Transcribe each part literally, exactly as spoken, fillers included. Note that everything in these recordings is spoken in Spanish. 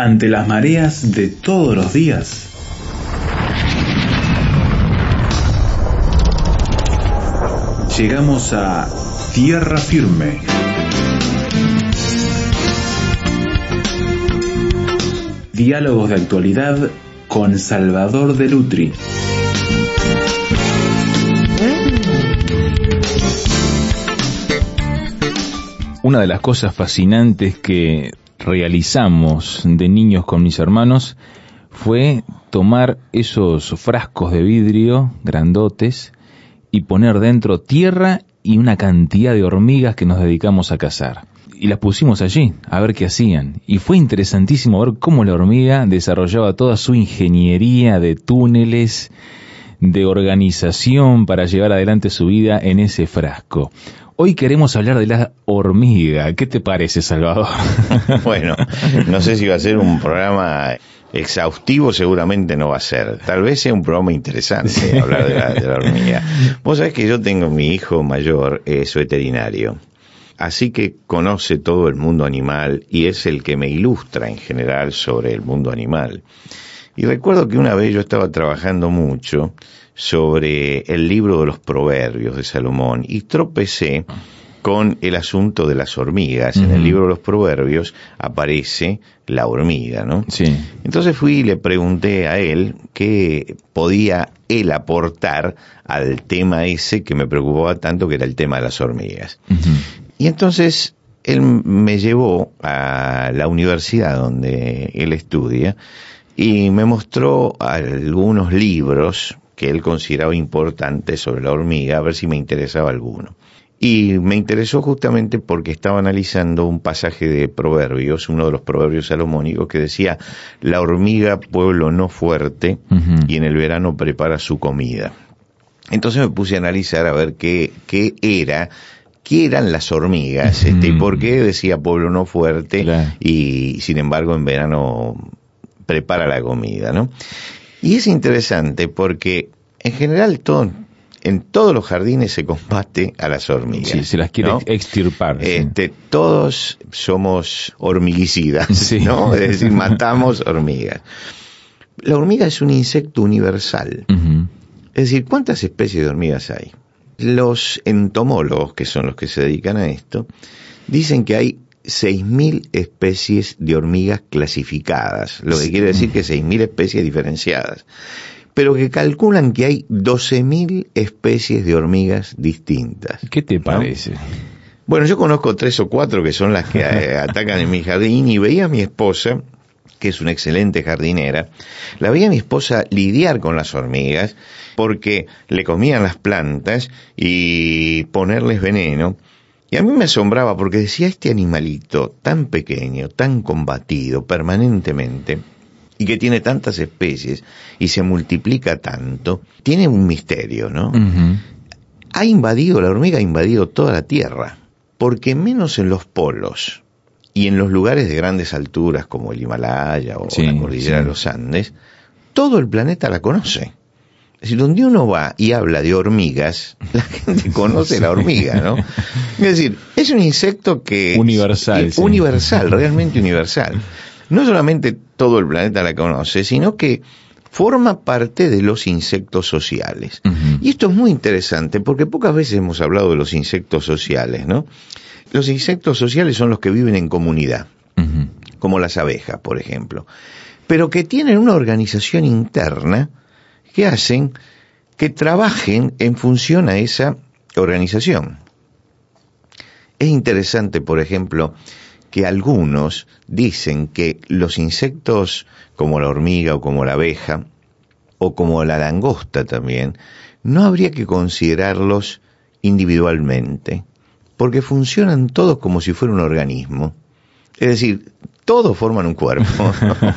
ante las mareas de todos los días. Llegamos a tierra firme. Diálogos de actualidad con Salvador de Lutri. Una de las cosas fascinantes que realizamos de niños con mis hermanos fue tomar esos frascos de vidrio grandotes y poner dentro tierra y una cantidad de hormigas que nos dedicamos a cazar. Y las pusimos allí, a ver qué hacían. Y fue interesantísimo ver cómo la hormiga desarrollaba toda su ingeniería de túneles, de organización para llevar adelante su vida en ese frasco. Hoy queremos hablar de la hormiga. ¿Qué te parece, Salvador? Bueno, no sé si va a ser un programa exhaustivo, seguramente no va a ser. Tal vez sea un programa interesante, sí. Hablar de la, de la hormiga. Vos sabés que yo tengo, mi hijo mayor es veterinario, así que conoce todo el mundo animal y es el que me ilustra en general sobre el mundo animal. Y recuerdo que una vez yo estaba trabajando mucho sobre el libro de los Proverbios de Salomón y tropecé con el asunto de las hormigas. Uh-huh. En el libro de los Proverbios aparece la hormiga, ¿no? Sí. Entonces fui y le pregunté a él qué podía él aportar al tema ese que me preocupaba tanto, que era el tema de las hormigas. Uh-huh. Y entonces él me llevó a la universidad donde él estudia y me mostró algunos libros que él consideraba importantes sobre la hormiga, a ver si me interesaba alguno. Y me interesó justamente porque estaba analizando un pasaje de Proverbios, uno de los Proverbios salomónicos, que decía: la hormiga, pueblo no fuerte, uh-huh. y en el verano prepara su comida. Entonces me puse a analizar a ver qué, qué era, qué eran las hormigas, uh-huh. este, y por qué decía pueblo no fuerte, claro. Y sin embargo en verano prepara la comida, ¿no? Y es interesante porque en general todo, en todos los jardines se combate a las hormigas. Sí, se las quiere, ¿no?, extirpar. Este, sí. Todos somos hormiguicidas, sí. ¿no? Es decir, matamos hormigas. La hormiga es un insecto universal. Uh-huh. Es decir, ¿cuántas especies de hormigas hay? Los entomólogos, que son los que se dedican a esto, dicen que hay seis mil especies de hormigas clasificadas, lo que sí. quiere decir que seis mil especies diferenciadas, pero que calculan que hay doce mil especies de hormigas distintas. ¿Qué te parece? ¿No? Bueno, yo conozco tres o cuatro que son las que eh, atacan en mi jardín, y veía a mi esposa, que es una excelente jardinera, la veía a mi esposa lidiar con las hormigas, porque le comían las plantas y ponerles veneno. Y a mí me asombraba porque decía, este animalito tan pequeño, tan combatido permanentemente, y que tiene tantas especies y se multiplica tanto, tiene un misterio, ¿no? Uh-huh. Ha invadido, la hormiga ha invadido toda la Tierra, porque menos en los polos y en los lugares de grandes alturas como el Himalaya o sí, la cordillera sí. de los Andes, todo el planeta la conoce. Es decir, donde uno va y habla de hormigas, la gente conoce la hormiga, ¿no? Es decir, es un insecto que... Universal. Es, sí. Universal, realmente universal. No solamente todo el planeta la conoce, sino que forma parte de los insectos sociales. Uh-huh. Y esto es muy interesante, porque pocas veces hemos hablado de los insectos sociales, ¿no? Los insectos sociales son los que viven en comunidad, uh-huh. como las abejas, por ejemplo, pero que tienen una organización interna que hacen que trabajen en función a esa organización. Es interesante, por ejemplo, que algunos dicen que los insectos como la hormiga o como la abeja o como la langosta también, no habría que considerarlos individualmente, porque funcionan todos como si fuera un organismo. Es decir, todos forman un cuerpo,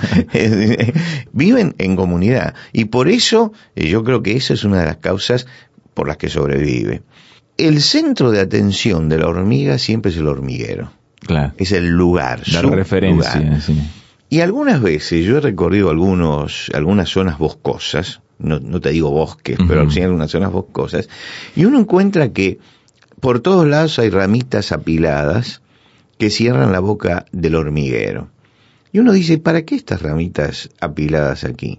viven en comunidad, y por eso yo creo que esa es una de las causas por las que sobrevive. El centro de atención de la hormiga siempre es el hormiguero, claro. es el lugar, la su referencia. lugar. Sí. Y algunas veces yo he recorrido algunos, algunas zonas boscosas, no, no te digo bosques, uh-huh. pero sí algunas zonas boscosas, y uno encuentra que por todos lados hay ramitas apiladas que cierran la boca del hormiguero. Y uno dice, ¿para qué estas ramitas apiladas aquí?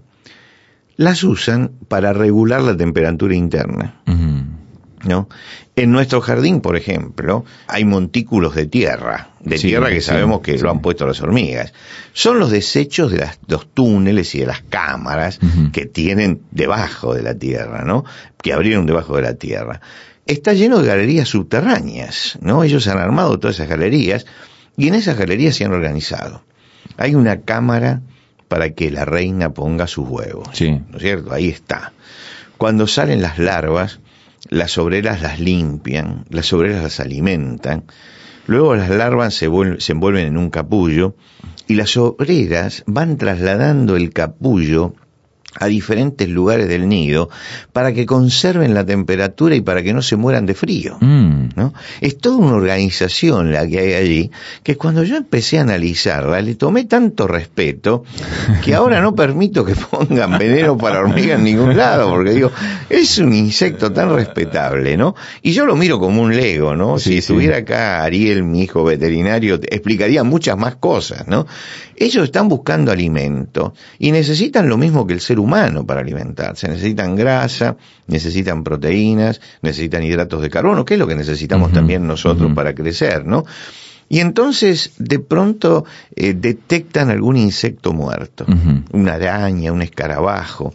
Las usan para regular la temperatura interna. Uh-huh. ¿No? En nuestro jardín, por ejemplo, hay montículos de tierra, de sí, tierra que sí, sabemos que sí. lo han puesto las hormigas. Son los desechos de las, los túneles y de las cámaras uh-huh. que tienen debajo de la tierra, ¿no? Que abrieron debajo de la tierra. Está lleno de galerías subterráneas, ¿no? Ellos han armado todas esas galerías y en esas galerías se han organizado. Hay una cámara para que la reina ponga sus huevos, sí. ¿no es cierto? Ahí está. Cuando salen las larvas, las obreras las limpian, las obreras las alimentan, luego las larvas se, vuelven, se envuelven en un capullo y las obreras van trasladando el capullo a diferentes lugares del nido para que conserven la temperatura y para que no se mueran de frío, mm. ¿no? Es toda una organización la que hay allí, que cuando yo empecé a analizarla le tomé tanto respeto que ahora no permito que pongan veneno para hormigas en ningún lado, porque digo, es un insecto tan respetable, ¿no? Y yo lo miro como un lego, ¿no? Sí, si estuviera sí. acá Ariel, mi hijo veterinario, explicaría muchas más cosas, ¿no? Ellos están buscando alimento y necesitan lo mismo que el ser humano para alimentarse. Necesitan grasa, necesitan proteínas, necesitan hidratos de carbono, que es lo que necesitamos uh-huh. también nosotros uh-huh. para crecer, ¿no? Y entonces, de pronto, eh, detectan algún insecto muerto, uh-huh. una araña, un escarabajo.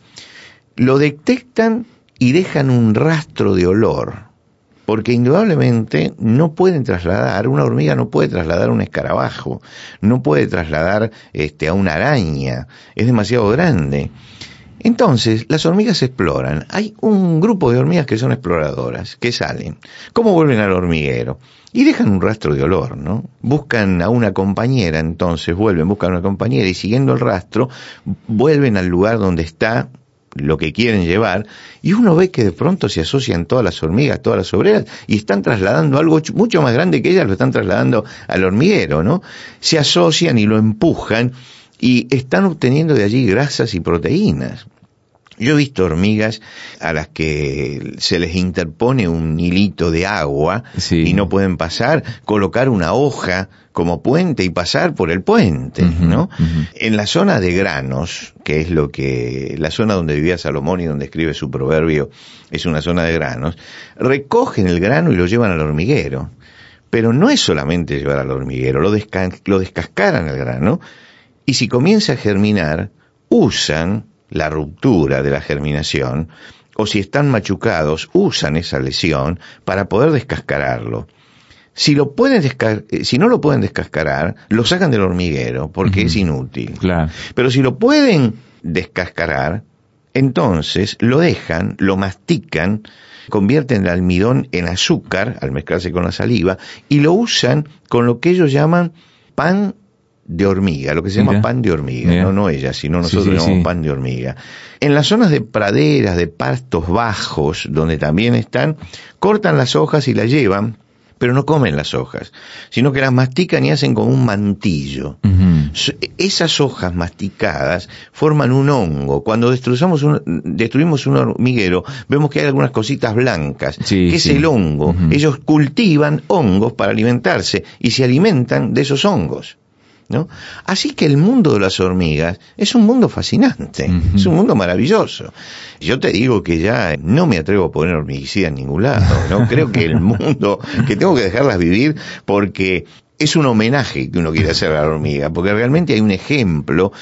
Lo detectan y dejan un rastro de olor. Porque indudablemente no pueden trasladar, una hormiga no puede trasladar un escarabajo, no puede trasladar este, a una araña, es demasiado grande. Entonces, las hormigas exploran. Hay un grupo de hormigas que son exploradoras, que salen. ¿Cómo vuelven al hormiguero? Y dejan un rastro de olor, ¿no? Buscan a una compañera, entonces vuelven, buscan a una compañera y siguiendo el rastro, vuelven al lugar donde está lo que quieren llevar, y uno ve que de pronto se asocian todas las hormigas, todas las obreras, y están trasladando algo mucho más grande que ellas, lo están trasladando al hormiguero, ¿no? Se asocian y lo empujan, y están obteniendo de allí grasas y proteínas. Yo he visto hormigas a las que se les interpone un hilito de agua sí. y no pueden pasar, colocar una hoja como puente y pasar por el puente, uh-huh, ¿no? Uh-huh. En la zona de granos, que es lo que, la zona donde vivía Salomón y donde escribe su proverbio, es una zona de granos, recogen el grano y lo llevan al hormiguero. Pero no es solamente llevar al hormiguero, lo, desca- lo descascaran el grano y si comienza a germinar, usan la ruptura de la germinación, o si están machucados, usan esa lesión para poder descascararlo. Si lo pueden desca- si no lo pueden descascarar, lo sacan del hormiguero, porque uh-huh. es inútil. Claro. Pero si lo pueden descascarar, entonces lo dejan, lo mastican, convierten el almidón en azúcar, al mezclarse con la saliva, y lo usan con lo que ellos llaman pan de hormiga, lo que se Mira. llama pan de hormiga, no no ella, sino nosotros sí, sí, llamamos sí. pan de hormiga. En las zonas de praderas, de pastos bajos, donde también están, cortan las hojas y las llevan, pero no comen las hojas, sino que las mastican y hacen como un mantillo. Uh-huh. Esas hojas masticadas forman un hongo. Cuando destruyamos un, destruimos un hormiguero, vemos que hay algunas cositas blancas, sí, que es sí. el hongo. Uh-huh. Ellos cultivan hongos para alimentarse y se alimentan de esos hongos, ¿no? Así que el mundo de las hormigas es un mundo fascinante, uh-huh. es un mundo maravilloso. Yo te digo que ya no me atrevo a poner hormiguicida en ningún lado, ¿no? Creo que el mundo, que tengo que dejarlas vivir porque es un homenaje que uno quiere hacer a la hormiga, porque realmente hay un ejemplo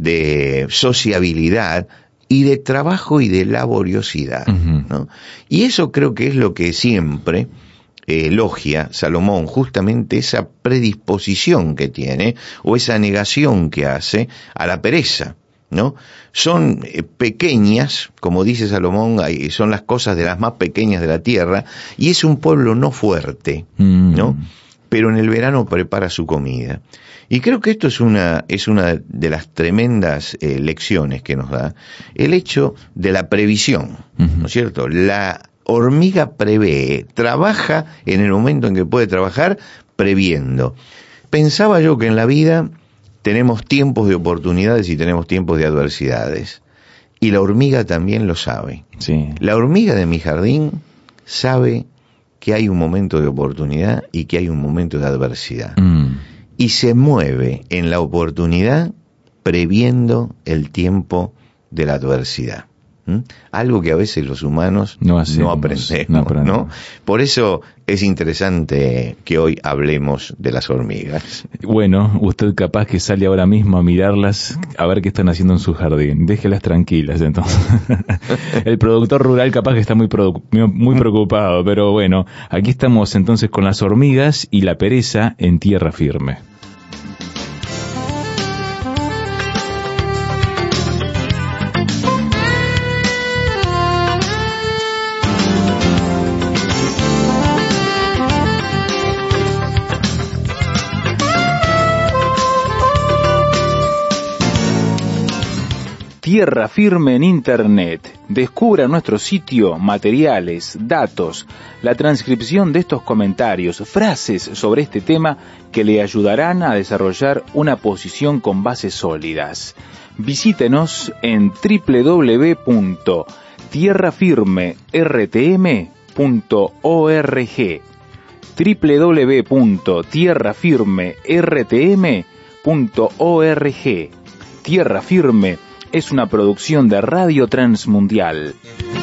de sociabilidad y de trabajo y de laboriosidad, uh-huh. ¿no? Y eso creo que es lo que siempre elogia Salomón, justamente esa predisposición que tiene o esa negación que hace a la pereza, ¿no? Son eh, pequeñas, como dice Salomón, son las cosas de las más pequeñas de la tierra, y es un pueblo no fuerte, mm. ¿no? Pero en el verano prepara su comida. Y creo que esto es una es una de las tremendas eh, lecciones que nos da el hecho de la previsión, uh-huh. ¿no es cierto? La hormiga prevé, trabaja en el momento en que puede trabajar, previendo. Pensaba yo que en la vida tenemos tiempos de oportunidades y tenemos tiempos de adversidades. Y la hormiga también lo sabe. Sí. La hormiga de mi jardín sabe que hay un momento de oportunidad y que hay un momento de adversidad. Mm. y se mueve en la oportunidad previendo el tiempo de la adversidad. ¿Mm? Algo que a veces los humanos no, hacemos, no aprendemos, no aprendemos. ¿no? Por eso es interesante que hoy hablemos de las hormigas. Bueno, usted capaz que sale ahora mismo a mirarlas, a ver qué están haciendo en su jardín. Déjelas tranquilas, entonces. El productor rural capaz que está muy, produ- muy preocupado, pero bueno, aquí estamos entonces con las hormigas y la pereza en tierra firme. Tierra Firme en Internet. Descubra nuestro sitio materiales, datos, la transcripción de estos comentarios, frases sobre este tema que le ayudarán a desarrollar una posición con bases sólidas. Visítenos en doble u doble u doble u punto tierra firme r t m punto org, doble u doble u doble u punto tierra firme r t m punto org. Tierra Firme es una producción de Radio Transmundial.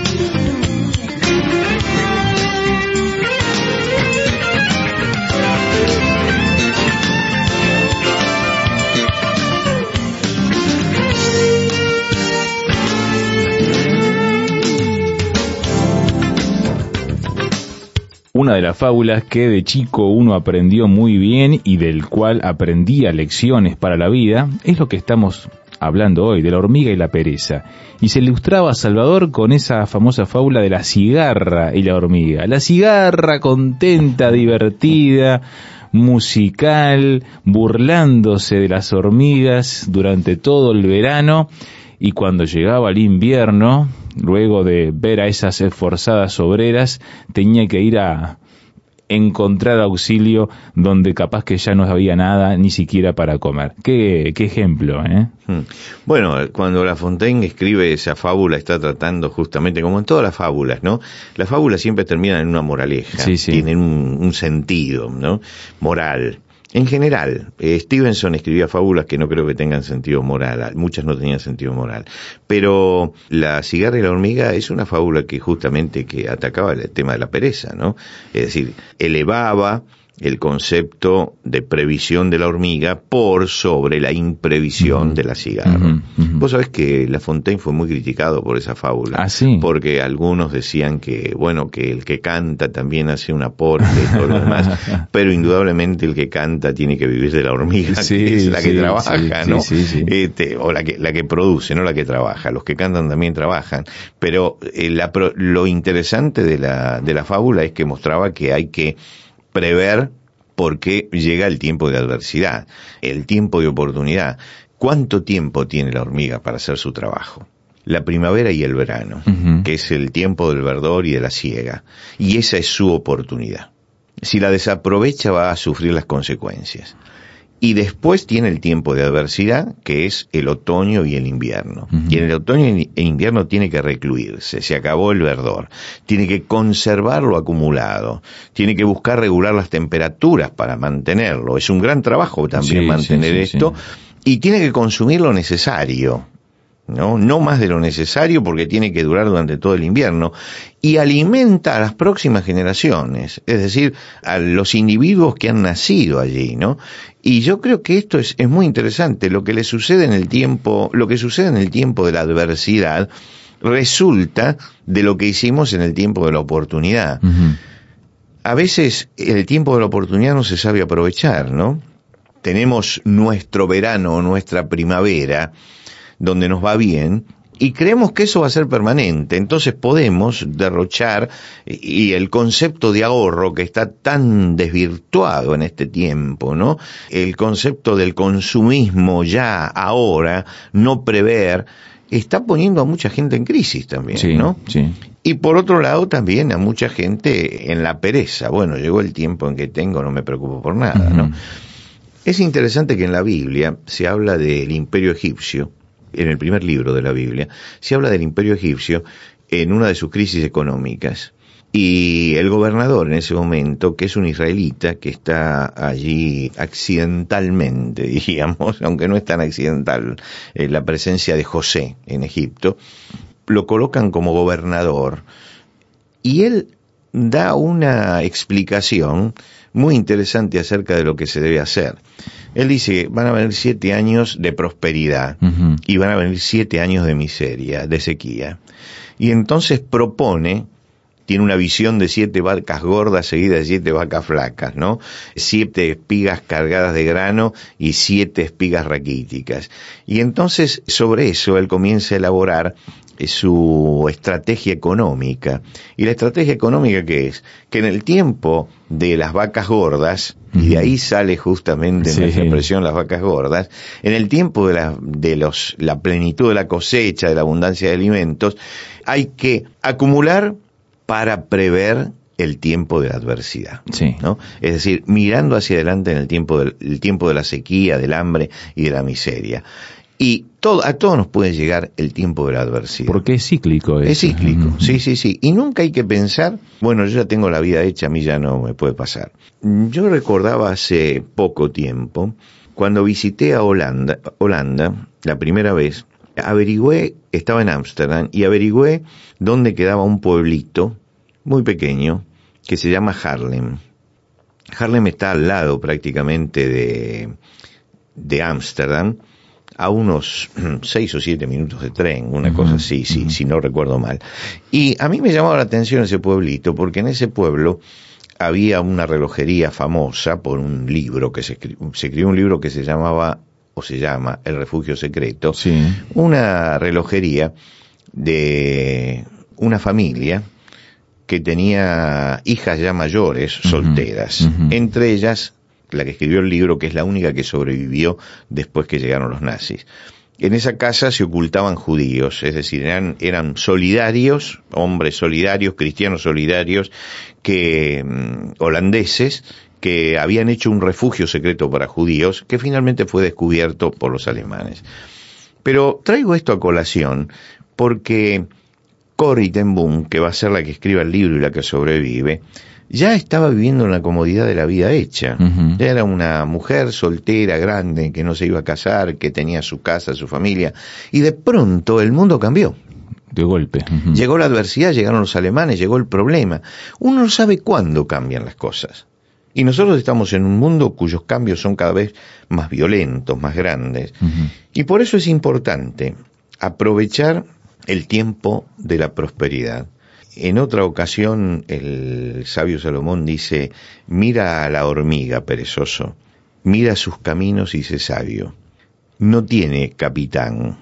Una de las fábulas que de chico uno aprendió muy bien y del cual aprendía lecciones para la vida es lo que estamos hablando hoy, de la hormiga y la pereza. Y se ilustraba a Salvador con esa famosa fábula de la cigarra y la hormiga. La cigarra contenta, divertida, musical, burlándose de las hormigas durante todo el verano, y cuando llegaba el invierno, luego de ver a esas esforzadas obreras, tenía que ir a encontrar auxilio donde capaz que ya no había nada ni siquiera para comer. Qué, qué ejemplo, ¿eh? Bueno, cuando La Fontaine escribe esa fábula está tratando justamente, como en todas las fábulas, ¿no? Las fábulas siempre terminan en una moraleja, sí, sí. Tienen un, un sentido, ¿no? Moral. En general, eh, Stevenson escribía fábulas que no creo que tengan sentido moral, muchas no tenían sentido moral, pero La cigarra y la hormiga es una fábula que justamente que atacaba el tema de la pereza, ¿no? Es decir, elevaba el concepto de previsión de la hormiga por sobre la imprevisión uh-huh. de la cigarra. Uh-huh. Uh-huh. Vos sabés que La Fontaine fue muy criticado por esa fábula, ¿Ah, sí? Porque algunos decían que, bueno, que el que canta también hace un aporte y todo lo demás, pero indudablemente el que canta tiene que vivir de la hormiga, sí, que es la sí, que trabaja, sí, ¿no? Sí, sí, sí. Este, o la que, la que produce, no la que trabaja. Los que cantan también trabajan, pero eh, la, lo interesante de la, de la fábula es que mostraba que hay que prever porque llega el tiempo de adversidad, el tiempo de oportunidad. ¿Cuánto tiempo tiene la hormiga para hacer su trabajo? La primavera y el verano, uh-huh. que es el tiempo del verdor y de la siega, y esa es su oportunidad. Si la desaprovecha va a sufrir las consecuencias. Y después tiene el tiempo de adversidad, que es el otoño y el invierno. Uh-huh. Y en el otoño e invierno tiene que recluirse, se acabó el verdor. Tiene que conservar lo acumulado. Tiene que buscar regular las temperaturas para mantenerlo. Es un gran trabajo también sí, mantener sí, sí, esto. Sí. Y tiene que consumir lo necesario. ¿no? No más de lo necesario porque tiene que durar durante todo el invierno, y alimenta a las próximas generaciones, es decir, a los individuos que han nacido allí, ¿no? Y yo creo que esto es, es muy interesante, lo que le sucede en el tiempo, lo que sucede en el tiempo de la adversidad, resulta de lo que hicimos en el tiempo de la oportunidad. Uh-huh. A veces el tiempo de la oportunidad no se sabe aprovechar, ¿no? Tenemos nuestro verano o nuestra primavera, donde nos va bien, y creemos que eso va a ser permanente, entonces podemos derrochar, y el concepto de ahorro que está tan desvirtuado en este tiempo, ¿no? El concepto del consumismo ya, ahora, no prever, está poniendo a mucha gente en crisis también, sí, ¿no? Sí. Y por otro lado también a mucha gente en la pereza. Bueno, llegó el tiempo en que tengo, no me preocupo por nada, uh-huh. ¿no? Es interesante que en la Biblia se habla del imperio egipcio, en el primer libro de la Biblia, se habla del imperio egipcio en una de sus crisis económicas. Y el gobernador en ese momento, que es un israelita que está allí accidentalmente, diríamos, aunque no es tan accidental, eh, la presencia de José en Egipto, lo colocan como gobernador y él da una explicación muy interesante acerca de lo que se debe hacer. Él dice que van a venir siete años de prosperidad uh-huh. y van a venir siete años de miseria, de sequía. Y entonces propone, tiene una visión de siete vacas gordas seguidas de siete vacas flacas, ¿no? Siete espigas cargadas de grano y siete espigas raquíticas. Y entonces sobre eso él comienza a elaborar su estrategia económica. ¿Y la estrategia económica qué es? Que en el tiempo de las vacas gordas, uh-huh. y de ahí sale justamente sí. nuestra expresión las vacas gordas, en el tiempo de la, de los, la plenitud de la cosecha, de la abundancia de alimentos, hay que acumular para prever el tiempo de la adversidad, sí. ¿no? Es decir, mirando hacia adelante en el tiempo del el tiempo de la sequía, del hambre y de la miseria. Y todo, a todos nos puede llegar el tiempo de la adversidad. Porque es cíclico. Es, es cíclico, uh-huh. sí, sí, sí. Y nunca hay que pensar, bueno, yo ya tengo la vida hecha, a mí ya no me puede pasar. Yo recordaba hace poco tiempo, cuando visité a Holanda, Holanda, la primera vez, averigüé, estaba en Ámsterdam, y averigüé dónde quedaba un pueblito muy pequeño que se llama Haarlem. Haarlem está al lado prácticamente de, de Ámsterdam, a unos seis o siete minutos de tren, una uh-huh, cosa así, uh-huh. si, si no recuerdo mal. Y a mí me llamaba la atención ese pueblito, porque en ese pueblo había una relojería famosa por un libro que se escribió, se escribió un libro que se llamaba, o se llama, El Refugio Secreto, sí. una relojería de una familia que tenía hijas ya mayores, uh-huh, solteras, uh-huh. entre ellas la que escribió el libro, que es la única que sobrevivió después que llegaron los nazis. En esa casa se ocultaban judíos, es decir, eran, eran solidarios, hombres solidarios, cristianos solidarios, que mmm, holandeses, que habían hecho un refugio secreto para judíos, que finalmente fue descubierto por los alemanes. Pero traigo esto a colación porque Corrie ten Boom, que va a ser la que escriba el libro y la que sobrevive, ya estaba viviendo en la comodidad de la vida hecha. Uh-huh. Ya era una mujer soltera, grande, que no se iba a casar, que tenía su casa, su familia, y de pronto el mundo cambió. De golpe. Uh-huh. Llegó la adversidad, llegaron los alemanes, llegó el problema. Uno no sabe cuándo cambian las cosas. Y nosotros estamos en un mundo cuyos cambios son cada vez más violentos, más grandes. Uh-huh. Y por eso es importante aprovechar el tiempo de la prosperidad. En otra ocasión, el sabio Salomón dice, mira a la hormiga, perezoso, mira sus caminos y sé sabio. No tiene capitán,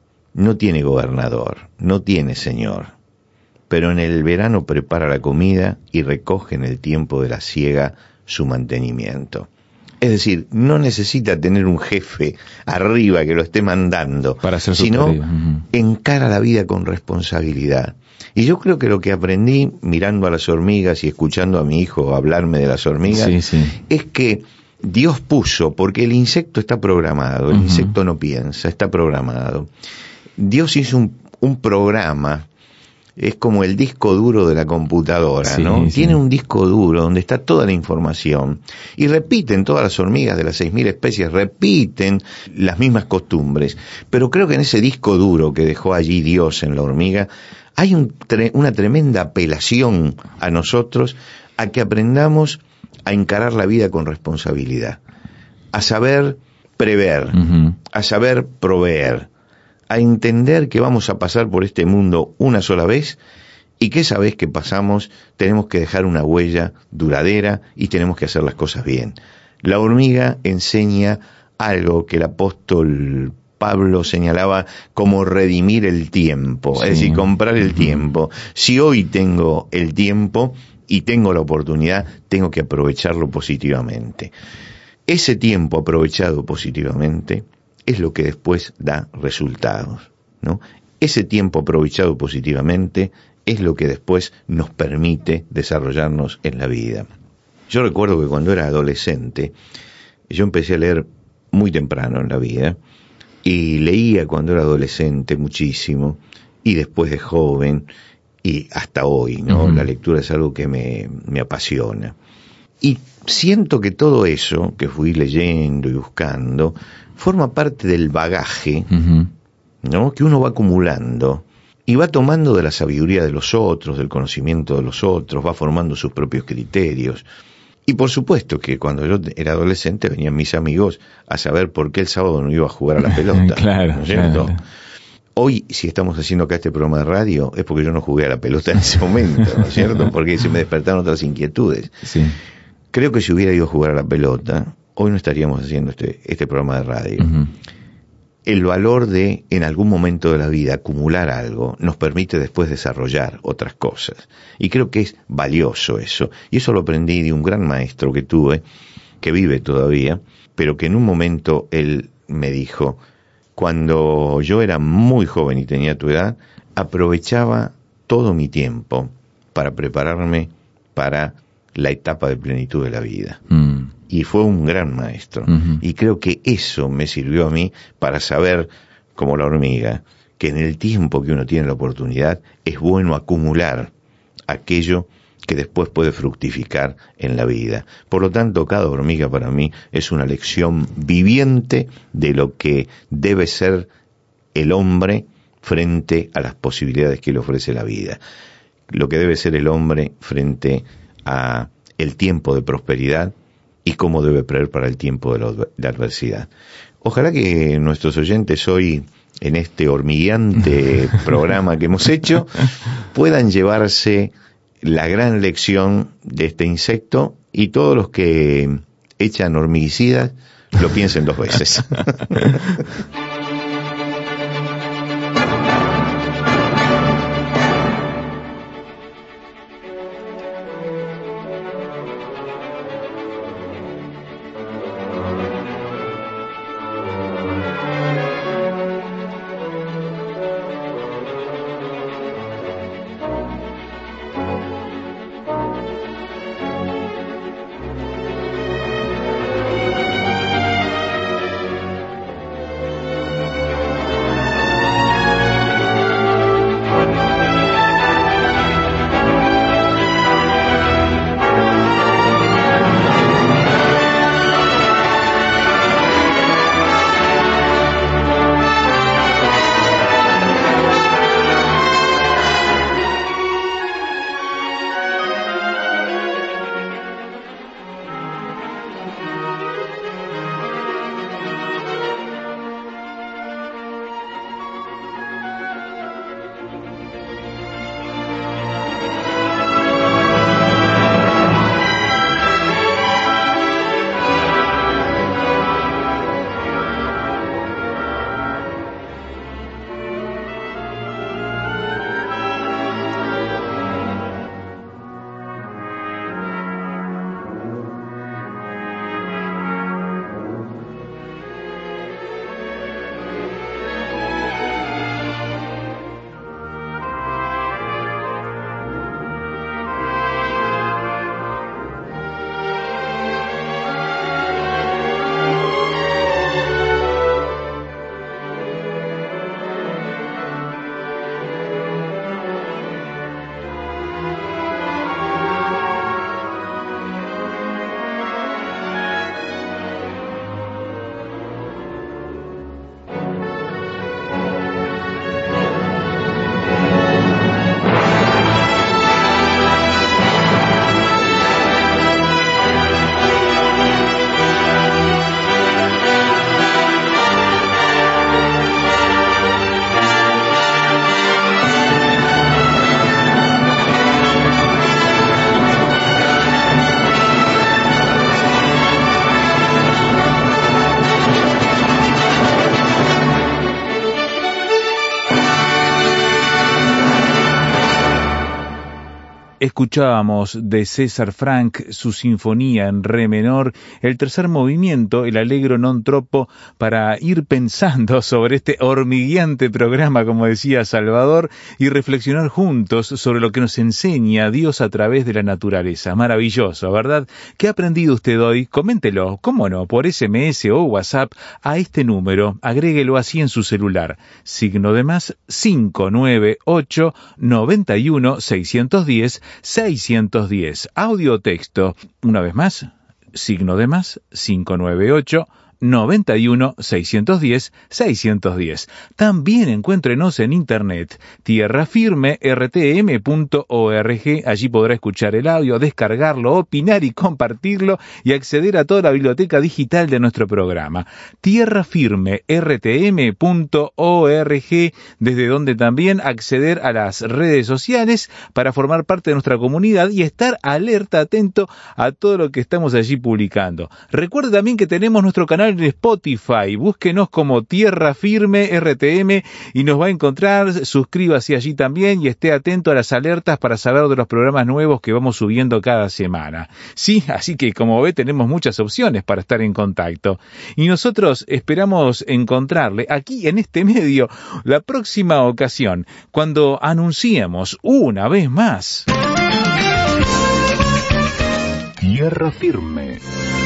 no tiene gobernador, no tiene señor, pero en el verano prepara la comida y recoge en el tiempo de la siega su mantenimiento. Es decir, no necesita tener un jefe arriba que lo esté mandando, para hacer su sino uh-huh. encara la vida con responsabilidad. Y yo creo que lo que aprendí mirando a las hormigas y escuchando a mi hijo hablarme de las hormigas, sí, sí. es que Dios puso, porque el insecto está programado, el uh-huh. insecto no piensa, está programado. Dios hizo un, un programa, es como el disco duro de la computadora, sí, ¿no? Sí. Tiene un disco duro donde está toda la información y repiten, todas las hormigas de las seis mil especies repiten las mismas costumbres, pero creo que en ese disco duro que dejó allí Dios en la hormiga hay un tre- una tremenda apelación a nosotros a que aprendamos a encarar la vida con responsabilidad, a saber prever, uh-huh. a saber proveer, a entender que vamos a pasar por este mundo una sola vez y que esa vez que pasamos tenemos que dejar una huella duradera y tenemos que hacer las cosas bien. La hormiga enseña algo que el apóstol Pablo señalaba como redimir el tiempo, sí. es decir, comprar el uh-huh. tiempo. Si hoy tengo el tiempo y tengo la oportunidad, tengo que aprovecharlo positivamente. Ese tiempo aprovechado positivamente es lo que después da resultados, ¿no? Ese tiempo aprovechado positivamente es lo que después nos permite desarrollarnos en la vida. Yo recuerdo que cuando era adolescente, yo empecé a leer muy temprano en la vida, y leía cuando era adolescente muchísimo, y después de joven, y hasta hoy, ¿no? Uh-huh. La lectura es algo que me, me apasiona. Y siento que todo eso que fui leyendo y buscando forma parte del bagaje, uh-huh, ¿no? Que uno va acumulando y va tomando de la sabiduría de los otros, del conocimiento de los otros, va formando sus propios criterios. Y por supuesto que cuando yo era adolescente venían mis amigos a saber por qué el sábado no iba a jugar a la pelota. Claro, ¿no es cierto? Claro. Hoy, si estamos haciendo acá este programa de radio, es porque yo no jugué a la pelota en ese momento, ¿no es cierto? Porque se me despertaron otras inquietudes. Sí. Creo que si hubiera ido a jugar a la pelota, hoy no estaríamos haciendo este, este programa de radio. Uh-huh. El valor de, en algún momento de la vida, acumular algo, nos permite después desarrollar otras cosas. Y creo que es valioso eso. Y eso lo aprendí de un gran maestro que tuve, que vive todavía, pero que en un momento él me dijo: cuando yo era muy joven y tenía tu edad, aprovechaba todo mi tiempo para prepararme para la etapa de plenitud de la vida. Mm. Y fue un gran maestro. Uh-huh. Y creo que eso me sirvió a mí para saber, como la hormiga, que en el tiempo que uno tiene la oportunidad es bueno acumular aquello que después puede fructificar en la vida. Por lo tanto, cada hormiga para mí es una lección viviente de lo que debe ser el hombre frente a las posibilidades que le ofrece la vida. Lo que debe ser el hombre frente a el tiempo de prosperidad y cómo debe prever para el tiempo de la, de la adversidad. Ojalá que nuestros oyentes hoy, en este hormigueante programa que hemos hecho, puedan llevarse la gran lección de este insecto, y todos los que echan hormiguicidas lo piensen dos veces. Escuchábamos de César Franck su sinfonía en re menor, el tercer movimiento, el Allegro non troppo, para ir pensando sobre este hormigueante programa, como decía Salvador, y reflexionar juntos sobre lo que nos enseña Dios a través de la naturaleza. Maravilloso, ¿verdad? ¿Qué ha aprendido usted hoy? Coméntelo, cómo no, por ese eme ese o WhatsApp a este número, agréguelo así en su celular, signo de más cinco nueve ocho, noventa y uno, seiscientos diez, seiscientos diez. Audio o texto, una vez más, signo de más cinco nueve ocho, noventa y uno, seiscientos diez, seiscientos diez. También encuéntrenos en internet, tierra firme r t m punto org. Allí podrá escuchar el audio, descargarlo, opinar y compartirlo y acceder a toda la biblioteca digital de nuestro programa. tierra firme r t m punto org, desde donde también acceder a las redes sociales para formar parte de nuestra comunidad y estar alerta, atento a todo lo que estamos allí publicando. Recuerde también que tenemos nuestro canal en Spotify, búsquenos como Tierra Firme R T M y nos va a encontrar. Suscríbase allí también y esté atento a las alertas para saber de los programas nuevos que vamos subiendo cada semana. Sí, así que como ve tenemos muchas opciones para estar en contacto y nosotros esperamos encontrarle aquí en este medio la próxima ocasión cuando anunciemos una vez más Tierra Firme.